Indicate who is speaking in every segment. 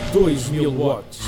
Speaker 1: 2000 watts.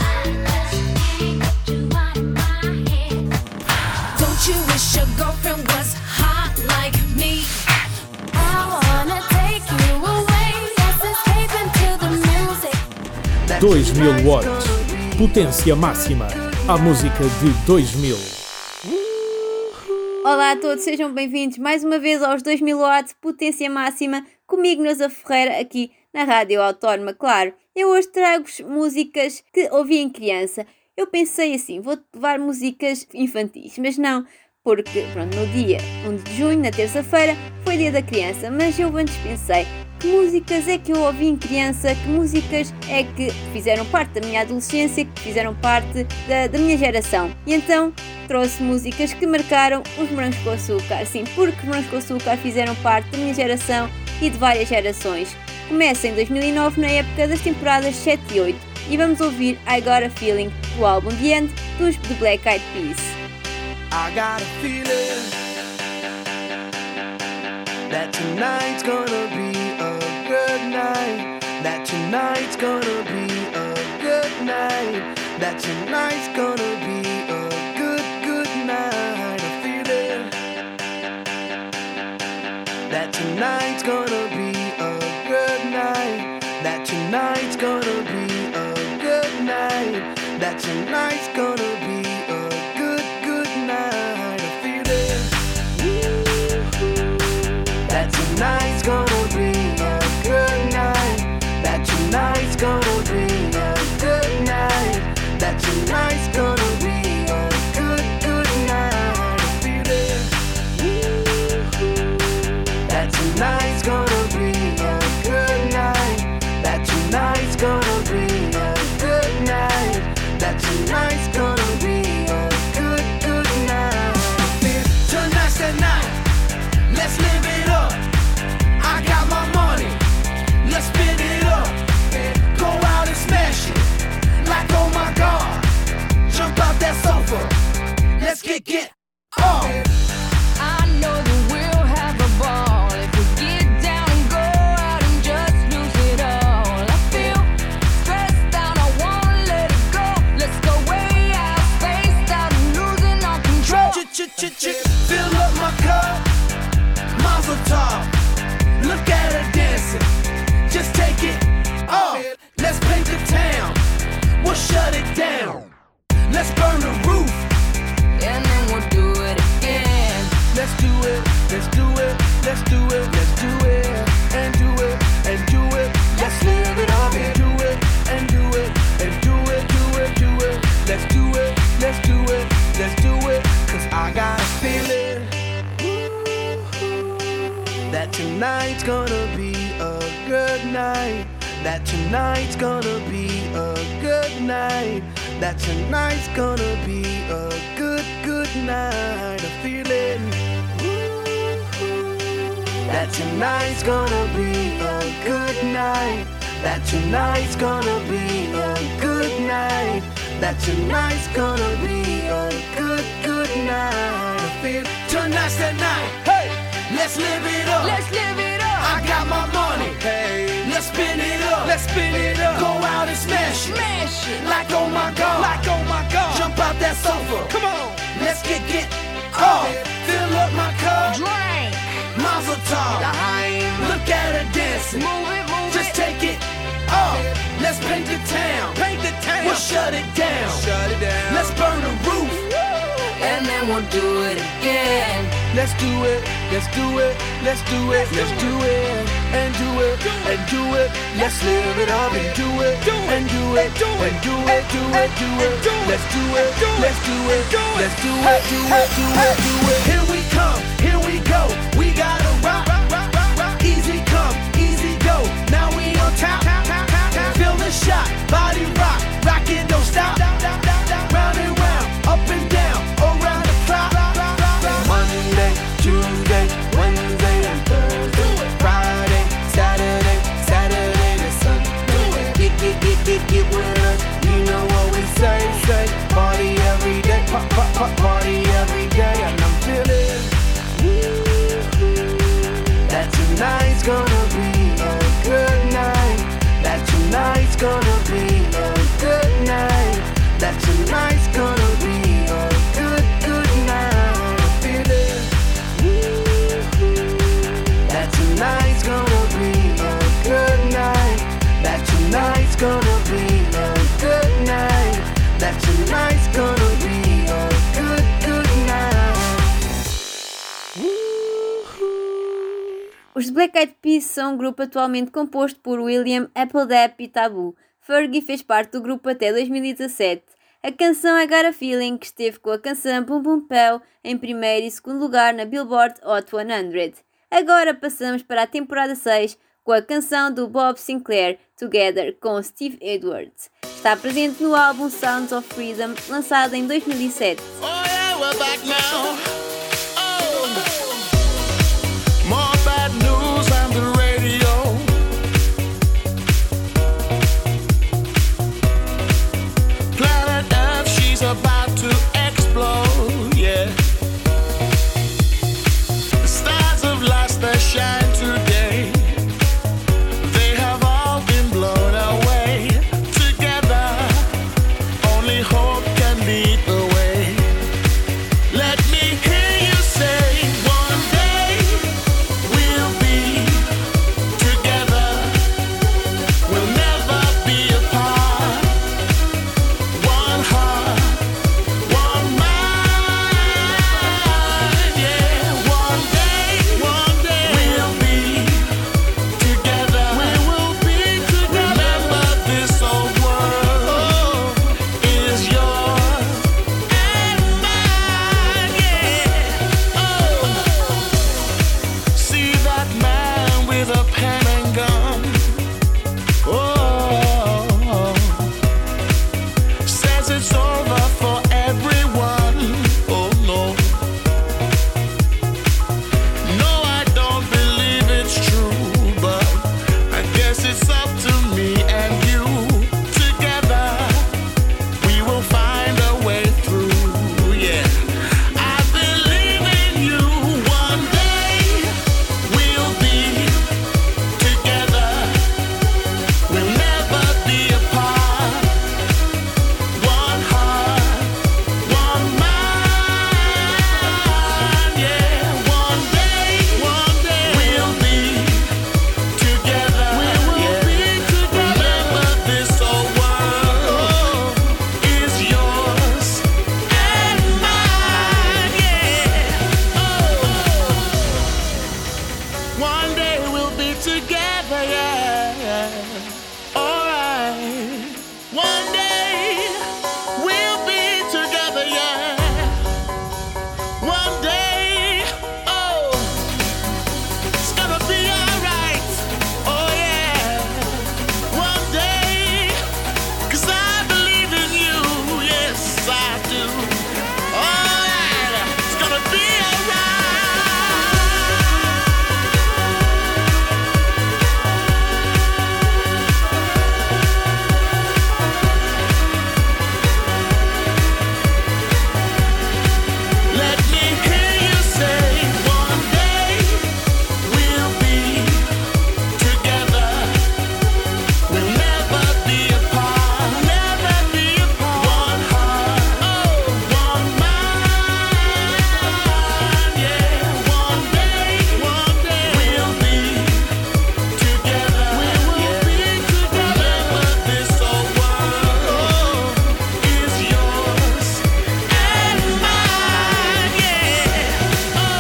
Speaker 2: Don't you wish your girlfriend was hot like me? I wanna take you away. Let's escape into the music.
Speaker 1: 2000 watts. Potência máxima. A música de 2000.
Speaker 3: Olá a todos, sejam bem-vindos mais uma vez aos 2000 watts, potência máxima, comigo Neuza Ferreira, aqui na Rádio Autónoma, claro. Eu hoje trago-vos músicas que ouvi em criança. Eu pensei assim, vou levar músicas infantis, mas não, porque pronto, no dia 1 de junho, na terça-feira, foi dia da criança, mas eu antes pensei, que músicas é que eu ouvi em criança, que músicas é que fizeram parte da minha adolescência, que fizeram parte da minha geração. E então trouxe músicas que marcaram os Morangos com Açúcar. Sim, porque os Morangos com Açúcar fizeram parte da minha geração e de várias gerações. Começa em 2009, na época das temporadas 7 e 8. E vamos ouvir I Got a Feeling, do álbum The End, dos The Black Eyed Peas.
Speaker 4: I got a feeling that tonight's gonna be a good night. That tonight's gonna be a good night. That tonight's gonna be a good night. A feeling that tonight's gonna be a good night. That tonight's gonna be a good night. That tonight's gonna be a good night. A feeling that tonight's gonna be a good night. That tonight's gonna be a good night. That tonight's gonna be a good night. A feeling that tonight's gonna be a good night. That tonight's gonna be a good night. That tonight's gonna be a good night. Tonight's the night. Let's live it up. I got my money. Let's spin it up. Go out and smash it. Like oh my God. Jump out that sofa. Let's get up.
Speaker 2: I know that we'll have a ball if we get down and go out and just lose it all. I feel stressed out, I wanna let it go. Let's go way out, spaced out, and losing our control.
Speaker 4: Fill up my cup. Mazel tov. Look at her dancing. Just take it off. Let's paint the town. We'll shut it down. Let's burn the roof.
Speaker 2: And then we'll do it again.
Speaker 4: Let's do it. Let's do it. Let's do it. Let's do it. And do it. And do it. Let's live it up and do it. And do it. And do it. Do it. Do it. Let's do it. Let's do it. Let's do it. 'Cause I got a feeling that tonight's gonna be a good night. That tonight's gonna be a good night. That tonight's gonna be a good night. A feeling that tonight's gonna be a good night. That tonight's gonna be a good night. That tonight's gonna be a good night. I feel tonight's the night. Hey, let's live it up.
Speaker 2: Let's live it up.
Speaker 4: I got my money. Hey, let's spin it up. Let's spin it up. Go out and smash it.
Speaker 2: Smash it.
Speaker 4: Like oh my God. Like oh my God. Jump out that sofa. Come on. Let's get up. Fill up my cup.
Speaker 2: Drink.
Speaker 4: Mazel tov. Look at her dancing.
Speaker 2: Move it.
Speaker 4: Just take it off. Let's paint the town. Paint the town. We'll shut it down. Shut it down. Let's burn the roof.
Speaker 2: And then we'll do it again.
Speaker 4: Let's do it. Let's do it. Let's do it. Let's do it. And do it. And do it. Let's live it up and do it. And do it. And do it. Do it. Do it. Let's do it. Let's do it. Let's do it. Do it. Do it. Do it. Here we come. Here we go. We gotta rock. Easy come. Easy go. Now we on top. Feel the shot. Body rock. Rock it. Don't stop. Round and round. Up and down. Around the clock. Monday, Tuesday, Wednesday, and Thursday. Friday, Saturday, Saturday to Sunday. Get with us. You know what we say. Party every day. Party every day. And I'm feeling that tonight's gonna be a good night. That tonight's gonna be a gonna be a good night. That tonight's gonna be a good, good night.
Speaker 3: Os Black Eyed Peas são um grupo atualmente composto por William, Appledeep e Taboo. Fergie fez parte do grupo até 2017. A canção I Got a Feeling, que esteve com a canção Boom Boom Pow em primeiro e segundo lugar na Billboard Hot 100. Agora passamos para a temporada 6 com a canção do Bob Sinclair, Together, com Steve Edwards. Está presente no álbum Sounds of Freedom, lançado em 2007.
Speaker 5: Oh yeah, we're back now. Oh, more bad news on the radio. Planet Earth, she's about to explode, yeah. The stars of last that shine today, they have all been blown away. Together, only hope can lead the way. Let me hear you say, one day we'll be together. We'll never be apart. One heart, one mind. Yeah, one day we'll be together. We will be together. Remember, this whole world is yours and mine. Yeah. Oh, see that man with a pen and gun. Oh, says it's over for everyone. Oh no. No, I don't believe it's true, but I guess it's up to me and you. Together, we will find a way through. Yeah, I believe in you. One day we'll be together. We'll never be apart. One heart, one mind. Yeah, one day we'll be together. We will be together. Remember, this whole world is yours and mine. Yeah. Oh, one day we'll be together. Yeah. Alright. One day we'll be together. Yeah. One day, oh, it's gonna be alright. Oh yeah. One day, 'cause I believe in you. Yes, I do. Alright. It's gonna be alright. Let me hear you say, one day we'll be together. We'll never be apart. Never be apart. One heart, oh, one mind. Yeah, one day we'll be together. We will be together. Remember, this whole world is yours and mine. Yeah. Oh.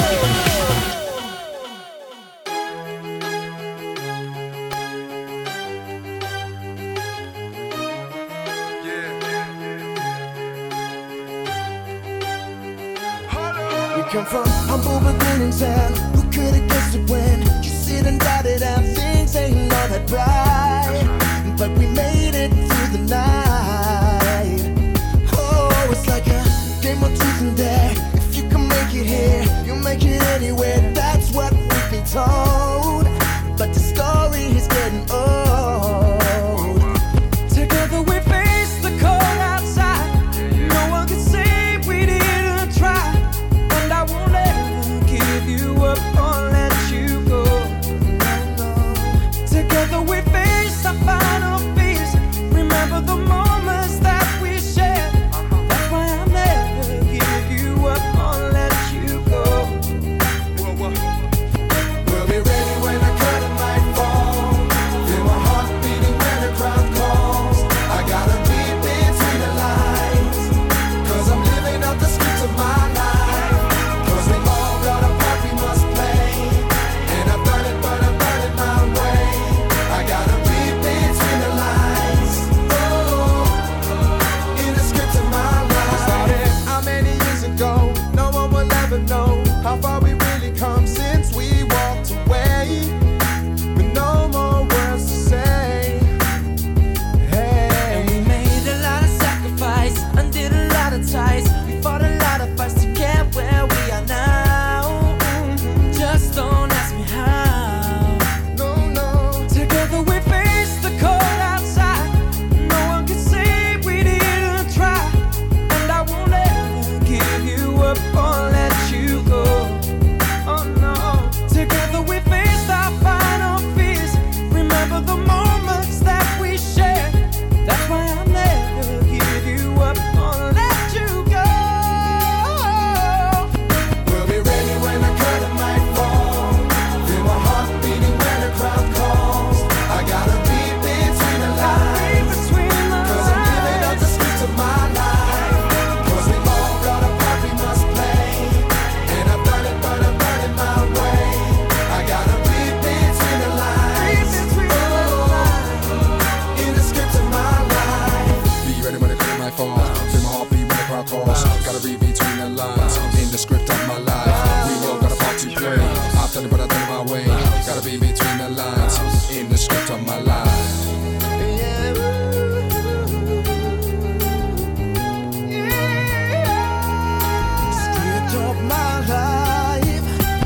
Speaker 4: We come from humble beginnings, and who could have guessed it when you sit and doubted and things ain't all that bright, but we made it through the night. Oh, it's like a game of truth and dare. If you can make it here, you'll make it anywhere. That's what we've been told, but the story is getting old. Together we face the cold outside. No one can say we didn't try, and I won't ever give you up or let you go. Together we face our final fears. Remember the moments that we shared. That's why I'll never give you up or let you go. We'll be ready when the curtain might fall. Feel my heart beating when the crowd calls.
Speaker 5: script of my life.
Speaker 4: Script of my life.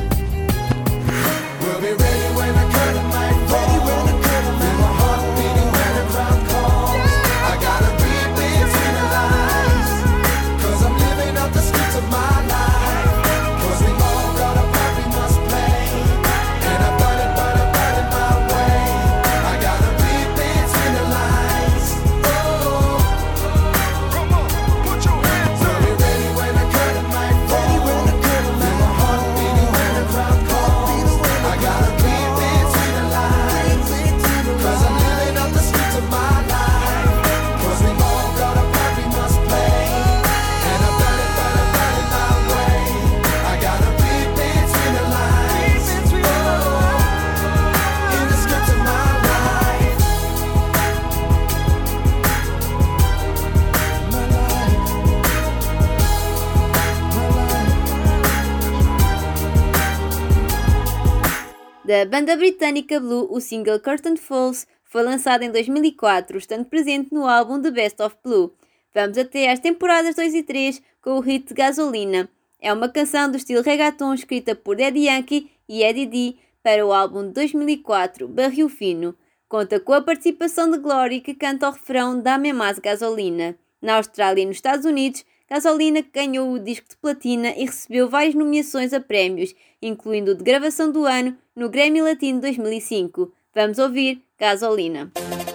Speaker 4: We'll be ready when the curtain might fall. Feel my heart beating when the crowd calls. I gotta read between the lines, 'cause I'm living out the script of my life. 'Cause we all got a part we must play, and I burn it my way. I gotta read between the lines. Oh, come on, put your hands up. We'll be ready when the curtain might fall. Feel my heart beating when the crowd calls. I gotta read between the lines, 'cause I'm living out the script of my life. 'Cause we all got a part we must play, and I burn it my way. I gotta read between the lines. Oh, in the script of my life. My life.
Speaker 3: Da banda britânica Blue, o single Curtain Falls foi lançado em 2004, estando presente no álbum The Best of Blue. Vamos até às temporadas 2 e 3 com o hit Gasolina. É uma canção do estilo reggaeton escrita por Daddy Yankee e Eddie D para o álbum de 2004, Barril Fino. Conta com a participação de Glory, que canta o refrão Dá-me mais gasolina. Na Austrália e nos Estados Unidos, Gasolina ganhou o disco de platina e recebeu várias nomeações a prémios, incluindo o de gravação do ano no Grammy Latino 2005. Vamos ouvir Gasolina.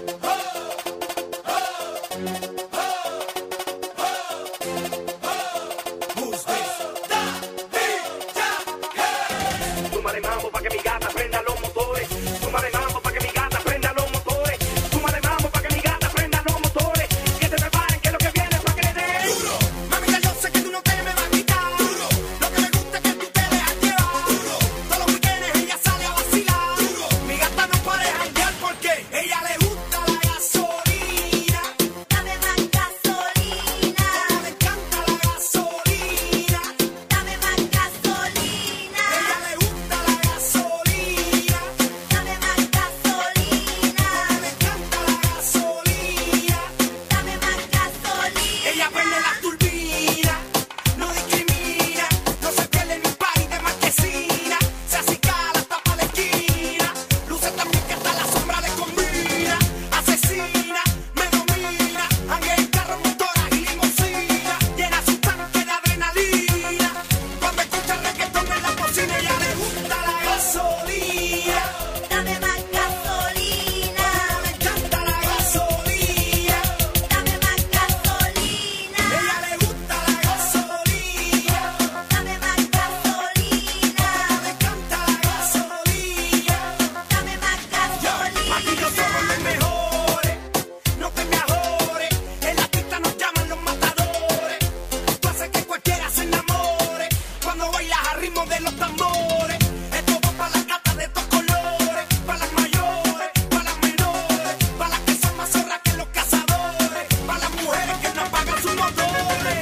Speaker 6: Súmale mambo pa' que mi gata prenda los motores. Súmale mambo pa' que mi gata prenda los motores. Súmale mambo pa' que mi gata prenda los motores. Que se preparen que lo que viene es pa' que le den. Duro. Mamita, yo sé que tú no te me vas a quitar. Duro. Lo que me gusta es que tú te dejas llevar. Duro. Todos los weekendes ella sale a vacilar. Duro. Mi gata no puede janguear porque ella le gusta la gasolina.
Speaker 2: Dame más gasolina.
Speaker 6: Le encanta la gasolina.
Speaker 2: Dame más gasolina.
Speaker 6: Ella le gusta la gasolina.
Speaker 2: Dame más gasolina.
Speaker 6: Le encanta la gasolina.
Speaker 2: Dame más gasolina.
Speaker 6: Ella prende la turbina, no discrimina, no se pierde ni un party de marquesina, se acicala hasta pa' la esquina, luce también que hasta la sombra le combina, asesina, me domina, ande en carro, motora y limosina, llena su tanque de adrenalina, cuando escucha reggaetón en la cocina, ella le gusta la gasolina,
Speaker 2: Dame más gasolina.
Speaker 6: le encanta la gasolina,
Speaker 2: Dame más gasolina.
Speaker 6: ella le gusta la gasolina.
Speaker 2: Dame más gasolina.
Speaker 6: Le encanta la gasolina.
Speaker 2: Dame más gasolina.
Speaker 6: Aquí no somos los mejores, no te me ajores. En la pista nos llaman los matadores. Tú haces que cualquiera se enamore cuando bailas al ritmo de los tambores. Esto va para las gatas de estos colores, para las mayores, para las menores, para las que son más zorras que los cazadores, para las mujeres que no apagan sus motores.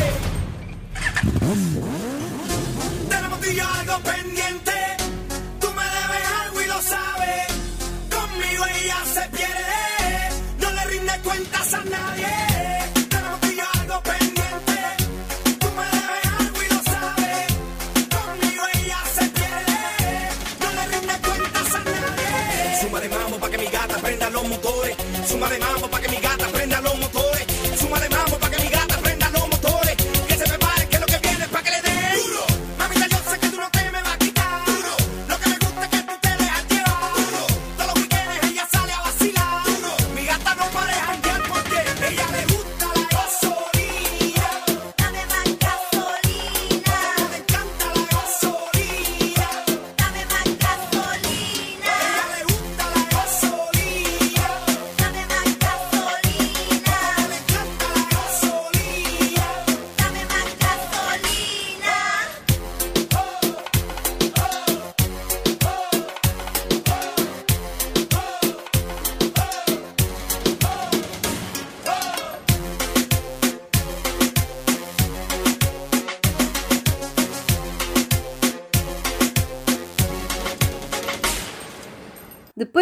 Speaker 6: Tenemos tú y yo algo pendiente. Tú me debes algo y lo sabes. Conmigo ella se pierde. No le rinde cuentas a nadie. Tenemos tú y yo algo pendiente. Tú me debes algo y lo sabes. Conmigo ella se pierde. No le rinde cuentas a nadie. Súmale mambo pa' que mi gata prenda los motores. Súmale mambo pa' que mi gata prenda los motores. Súmale mambo pa' que mi gata prenda los motores. Que se prepare que lo que viene es pa' que le den. Duro. Mamita, yo sé que tú no te me vas a quitar. Duro. Lo que me gusta es que tú te dejas llevar. Duro. Todos los weekendes ella sale a vacilar. Duro. Mi gata no para de janguear porque ella le gusta la gasolina.
Speaker 2: Dame más gasolina.
Speaker 6: Le encanta la gasolina.
Speaker 2: Dame más gasolina.
Speaker 6: Ella le gusta la gasolina.
Speaker 2: Dame más gasolina.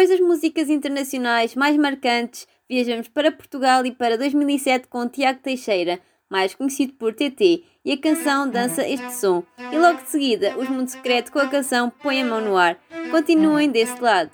Speaker 3: Depois das músicas internacionais mais marcantes, viajamos para Portugal e para 2007 com Tiago Teixeira, mais conhecido por TT, e a canção Dança Este Som. E logo de seguida, Os Mundo Secreto com a canção Põe a Mão no Ar. Continuem desse lado.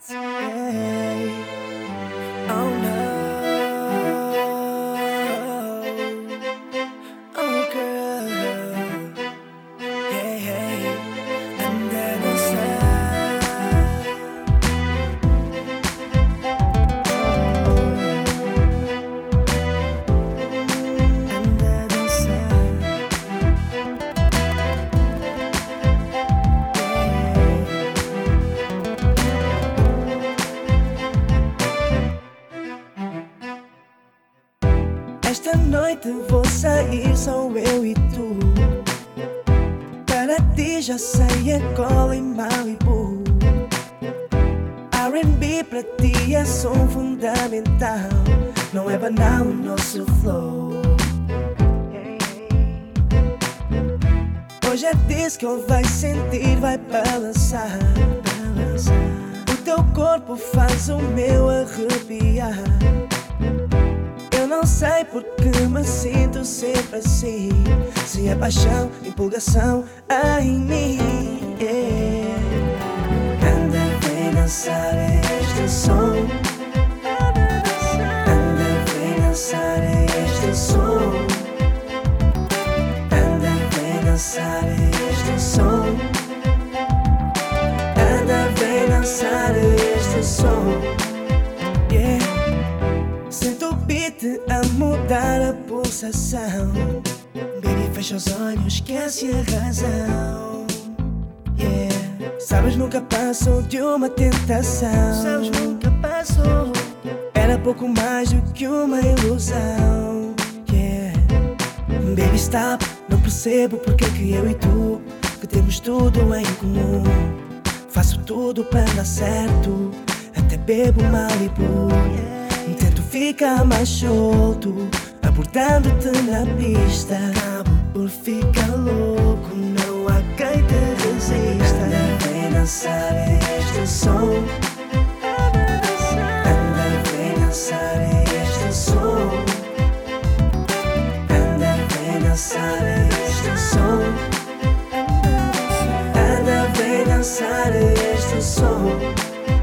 Speaker 7: Esta noite vou sair, só eu e tu. Para ti já sei, é cola e Malibu. R&B para ti é som fundamental. Não é banal o nosso flow. Hoje é disso que ele vai sentir, vai balançar. O teu corpo faz o meu arrepiar. Eu não sei porque me sinto sempre assim. Se é paixão, empolgação em mim, yeah. Anda, vem dançar este som. Anda, vem dançar este som. Anda, vem dançar este som. Anda, vem dançar este som, yeah. Sinto o beat a mudar a pulsação. Baby, fecha os olhos, esquece a razão, yeah. Sabes, nunca passou de uma tentação. Sabes, nunca passou. Era pouco mais do que uma ilusão, yeah. Baby, stop, não percebo porque que eu e tu, que temos tudo em comum. Faço tudo para dar certo, até bebo Malibu, yeah. Tento ficar mais solto, abordando-te na pista. Acabo por ficar louco, não há quem te resista. Anda, vem dançar este som. Anda, vem dançar este som. Anda, vem dançar este som. Anda, vem dançar este som.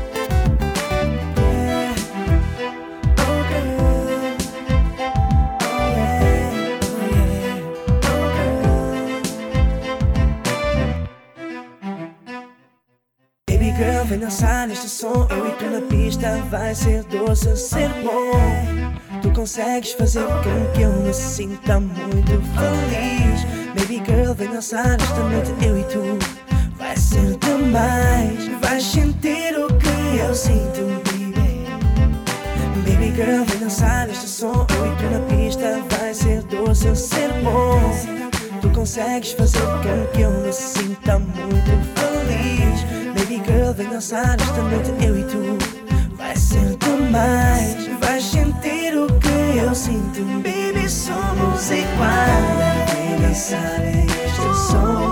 Speaker 7: Girl, vem dançar neste som. Eu e tu na pista, vai ser doce, ser bom. Tu consegues fazer com que eu me sinta muito feliz. Baby girl, vem dançar esta noite, eu e tu, vai ser demais. Vais sentir o que eu sinto, baby. Baby girl, vem dançar neste som. Eu e tu na pista, vai ser doce, ser bom. Tu consegues fazer com que eu me sinta muito feliz. Baby girl, vem dançar esta noite, eu e tu, vai ser demais. Vais sentir o que eu sinto, baby, somos iguais. Vem dançar este som.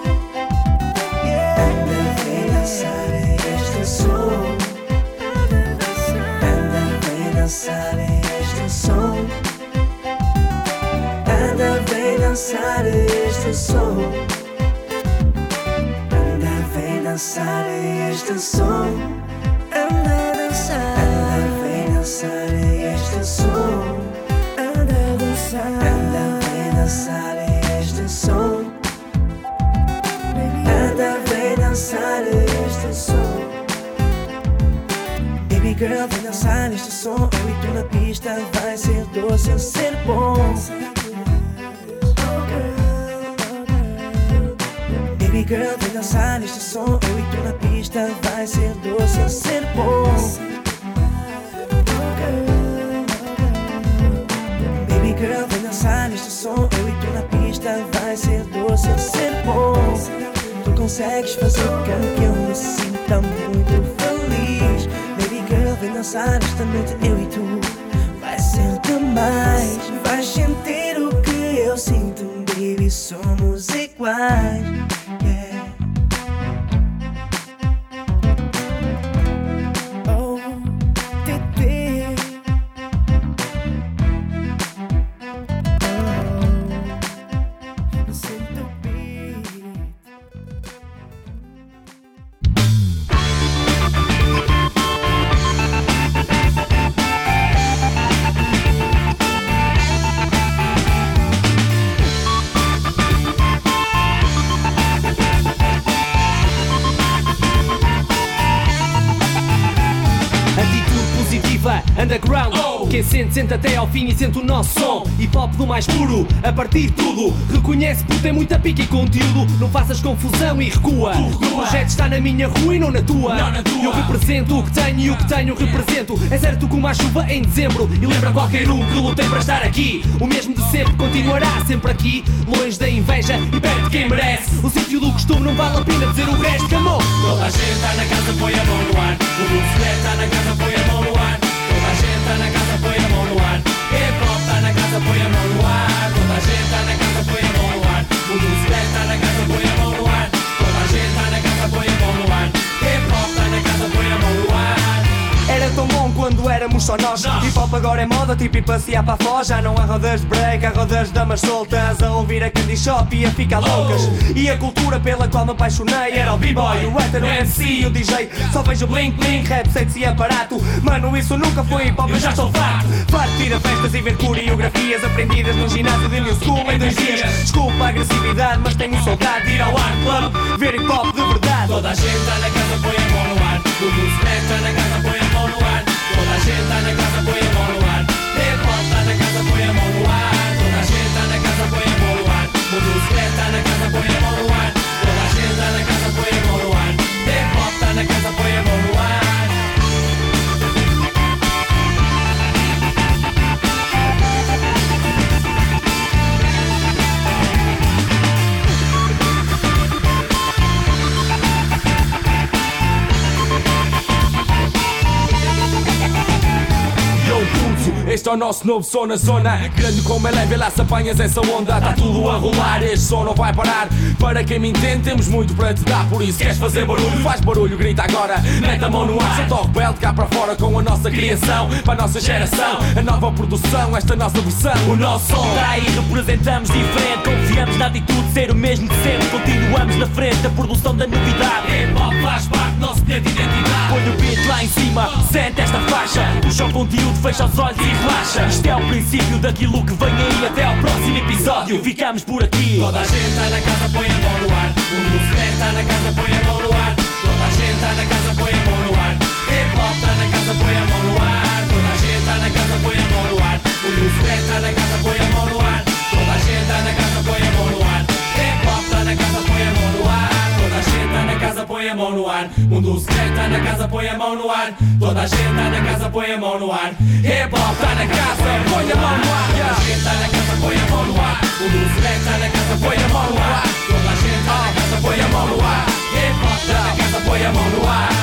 Speaker 7: Anda, vem dançar este som. Anda, vem dançar este som. Anda, vem dançar este som. Dançar este som. Anda, dançar. Anda, vem dançar este som. Anda, dançar. Anda, vem dançar este som. Anda, vem dançar este som. Baby girl, vem dançar este som. Eu e tu na pista, vai ser doce, ser bom. Baby girl, vem dançar neste som. Eu e tu na pista, vai ser doce, ser bom. Baby girl, vem dançar neste som. Eu e tu na pista, vai ser doce, ser bom. Tu consegues fazer com que eu me sinta muito feliz. Baby girl, vem dançar esta noite, eu e tu, vai ser demais. Vais sentir o que eu sinto, baby, somos iguais. Oh,
Speaker 8: positiva, underground. Quem sente, sente até ao fim e sente o nosso som. Hip hop do mais puro, a partir de tudo. Reconhece porque tem muita pica e conteúdo. Não faças confusão e recua. O projeto está na minha rua e não na tua. Eu represento o que tenho e o que tenho represento. É certo como a chuva em dezembro. E lembra qualquer um que lutei para estar aqui. O mesmo de sempre continuará sempre aqui. Longe da inveja e perto de quem merece. O sítio do costume não vale a pena dizer o resto. Camou. Toda a gente está na casa, põe a mão no ar. O mundo secreto está na casa, põe a mão no ar. Toda a gente está na casa, põe a mão no ar. Hip hop está na casa, põe a mão no ar. Toda a gente está na casa, põe a mão no ar. O mundo secreto está na casa, põe a mão no ar. Toda a gente está na casa, põe a mão no ar. Hip hop está na casa, põe a mão no ar. Era tão bom quando éramos só nós. Hip hop agora é moda, tipo ir passear para fora. Já não há rodas de break, há rodas de damas soltas a ouvir a Candy Shop e a ficar loucas. E a cultura pela qual me apaixonei era o b-boy, o rapper, o MC e o DJ. Só vejo blink blink, rap, sexy e aparato. Mano, isso nunca foi hip hop, eu já estou farto. Farto de ir a festas e ver coreografias aprendidas num ginásio de New School em 2 dias. Desculpa a agressividade, mas tenho saudade de ir ao art club, ver hip hop de verdade. Toda a gente está na casa, põe a mão no ar. O mundo secreto está na casa, põe a mão no ar. Toda a gente está na casa, põe a mão no ar. Hip hop está na casa, põe a mão no ar. Toda a gente está na casa, põe a mão no ar. O mundo secreto está na casa, põe a mão no ar. Toda a gente está na casa, põe a mão no ar. Hip hop está na casa, põe a mão no ar. Este é o nosso novo som na zona. Grande como é leve, lá se apanhas essa onda. Tá tudo a rolar, este som não vai parar. Para quem me entende, temos muito para te dar. Por isso, queres fazer barulho? Faz barulho, grita agora, mete a mão no ar. Solta o rebelde cá para fora com a nossa criação. Para a nossa geração, a nova produção, esta nossa versão, o nosso som. Daí representamos diferente, confiamos na atitude, ser o mesmo de sempre. Continuamos na frente, a produção da novidade. Hip hop faz parte do nosso tempo de identidade. Põe o beat lá em cima, sente esta faixa. Puxa o conteúdo, fecha os olhos e relaxa. Isto é o princípio daquilo que vem aí. Até ao próximo episódio, ficamos por aqui. Toda a gente está na casa, põe a mão no ar. O mundo secreto está na casa, põe a mão no ar. Toda a gente está na casa, põe a mão no ar. Hip hop está na casa, põe a mão no ar. Toda a gente está na casa, põe a mão no ar. O mundo secreto está na casa, põe a mão no ar. Toda a gente está na casa, põe a mão no ar. Hip hop está na casa, põe a mão no ar. Toda a gente está na casa, põe a mão no ar. Mundo secreto está na casa, põe a mão no ar. Toda a gente está na casa, põe a mão no ar. Hip hop está na casa, põe a mão no ar. Toda a gente está na casa, põe a mão no ar. Mundo secreto está na casa, põe a mão no ar. Toda a gente está na casa, põe a mão no ar. Hip hop está na casa, põe a mão no ar.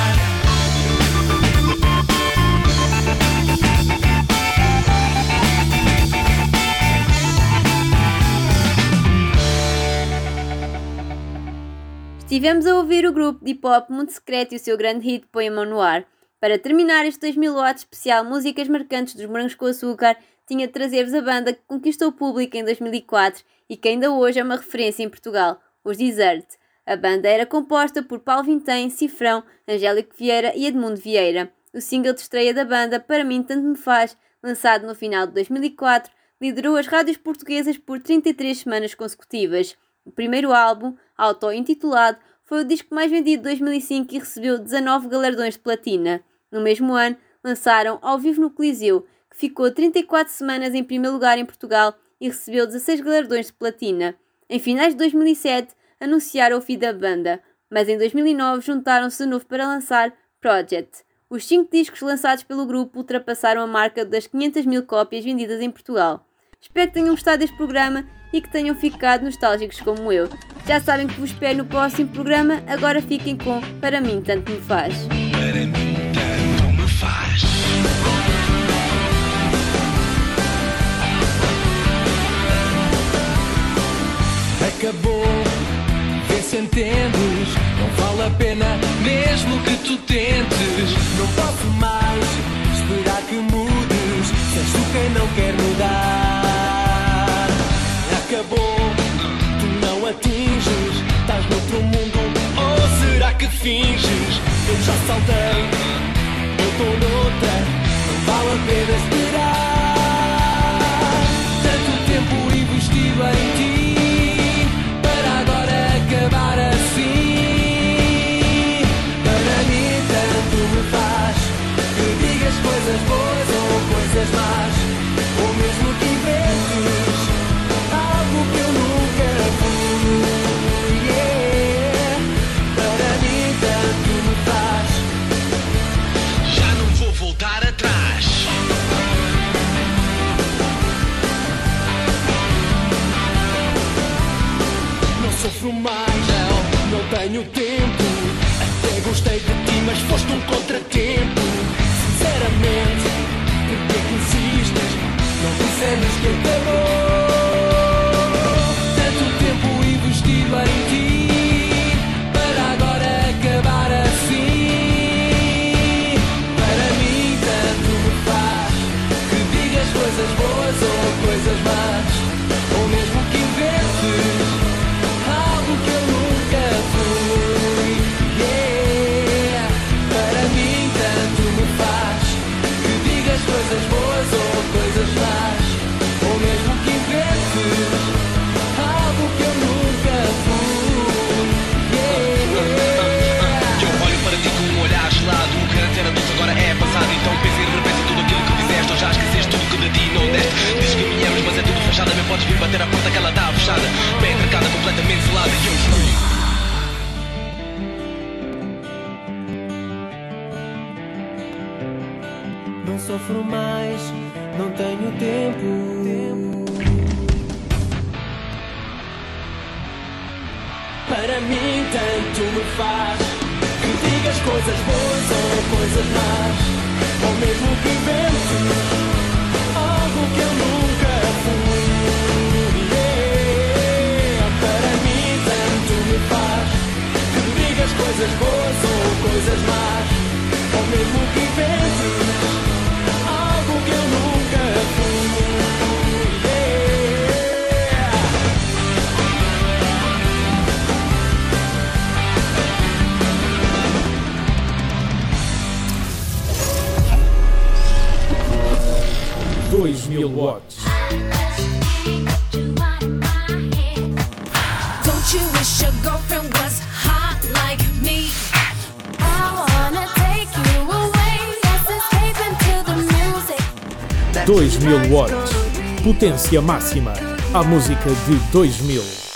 Speaker 3: Estivemos a ouvir o grupo de hip-hop Mundo Secreto e o seu grande hit Põe a Mão no Ar. Para terminar este 2000 watts especial Músicas Marcantes dos Morangos com Açúcar, tinha de trazer-vos a banda que conquistou o público em 2004 e que ainda hoje é uma referência em Portugal, os Desert. A banda era composta por Paulo Vintém, Cifrão, Angélico Vieira e Edmundo Vieira. O single de estreia da banda, Para Mim Tanto Me Faz, lançado no final de 2004, liderou as rádios portuguesas por 33 semanas consecutivas. O primeiro álbum, auto-intitulado, foi o disco mais vendido de 2005 e recebeu 19 galardões de platina. No mesmo ano, lançaram Ao Vivo no Coliseu, que ficou 34 semanas em primeiro lugar em Portugal e recebeu 16 galardões de platina. Em finais de 2007, anunciaram o fim da banda, mas em 2009 juntaram-se de novo para lançar Project. Os 5 discos lançados pelo grupo ultrapassaram a marca das 500 mil cópias vendidas em Portugal. Espero que tenham gostado deste programa e que tenham ficado nostálgicos como eu. Já sabem que vos espero no próximo programa, agora fiquem com Para Mim Tanto Me Faz.
Speaker 5: Para mim tanto me faz.
Speaker 4: Acabou, vê se entendes. Não vale a pena mesmo que tu tentes. Não posso mais esperar que mudes. Se és tu quem não quer mudar. Acabou, tu não atinges. Estás noutro mundo, ou será que finges? Eu já saltei, eu estou noutra. Não vale a pena esperar. Tanto tempo investido em ti, para agora acabar assim. Para mim tanto me faz que digas coisas boas.
Speaker 8: digas mais, ou mesmo que inventes algo que eu nunca fui. Yeah. Para mim tanto me faz.
Speaker 5: Já não vou voltar atrás.
Speaker 8: Não sofro mais, não tenho tempo. Até gostei de ti, mas foste um contratempo. Sinceramente, por que é que insistes? Não dissemos que acabou. Tanto tempo investido em ti, para agora acabar assim. Para mim tanto me faz que digas coisas boas ou coisas más, ou mesmo que inventes algo que eu nunca fui. Yeah. Para mim tanto me faz que digas coisas boas ou coisas más, ou mesmo que inventes algo que eu nunca fui. Yeah.
Speaker 5: Eu olho para ti com um olhar gelado. O que antes era doce agora é passado. Então pensa e repensa tudo aquilo que fizeste. Ou já esqueceste tudo que de ti não deste. Dizes que me amas, mas é tudo fechada. Nem podes vir bater a porta que ela está fechada. Bem trancada, completamente selada. E eu fui.
Speaker 8: Não sofro mais, não tenho tempo. Para mim tanto me faz que digas coisas boas ou coisas más, ou mesmo que inventes algo que eu nunca fui. Yeah. Para mim tanto me faz que digas coisas boas ou coisas más, ou mesmo que inventes algo que eu nunca fui. Yeah.
Speaker 1: 2000 watts.
Speaker 2: Don't you wish your girlfriend was hot like me? I wanna take you away. Let's escape into the music.
Speaker 1: 2000 watts. Potência máxima. A música de 2000.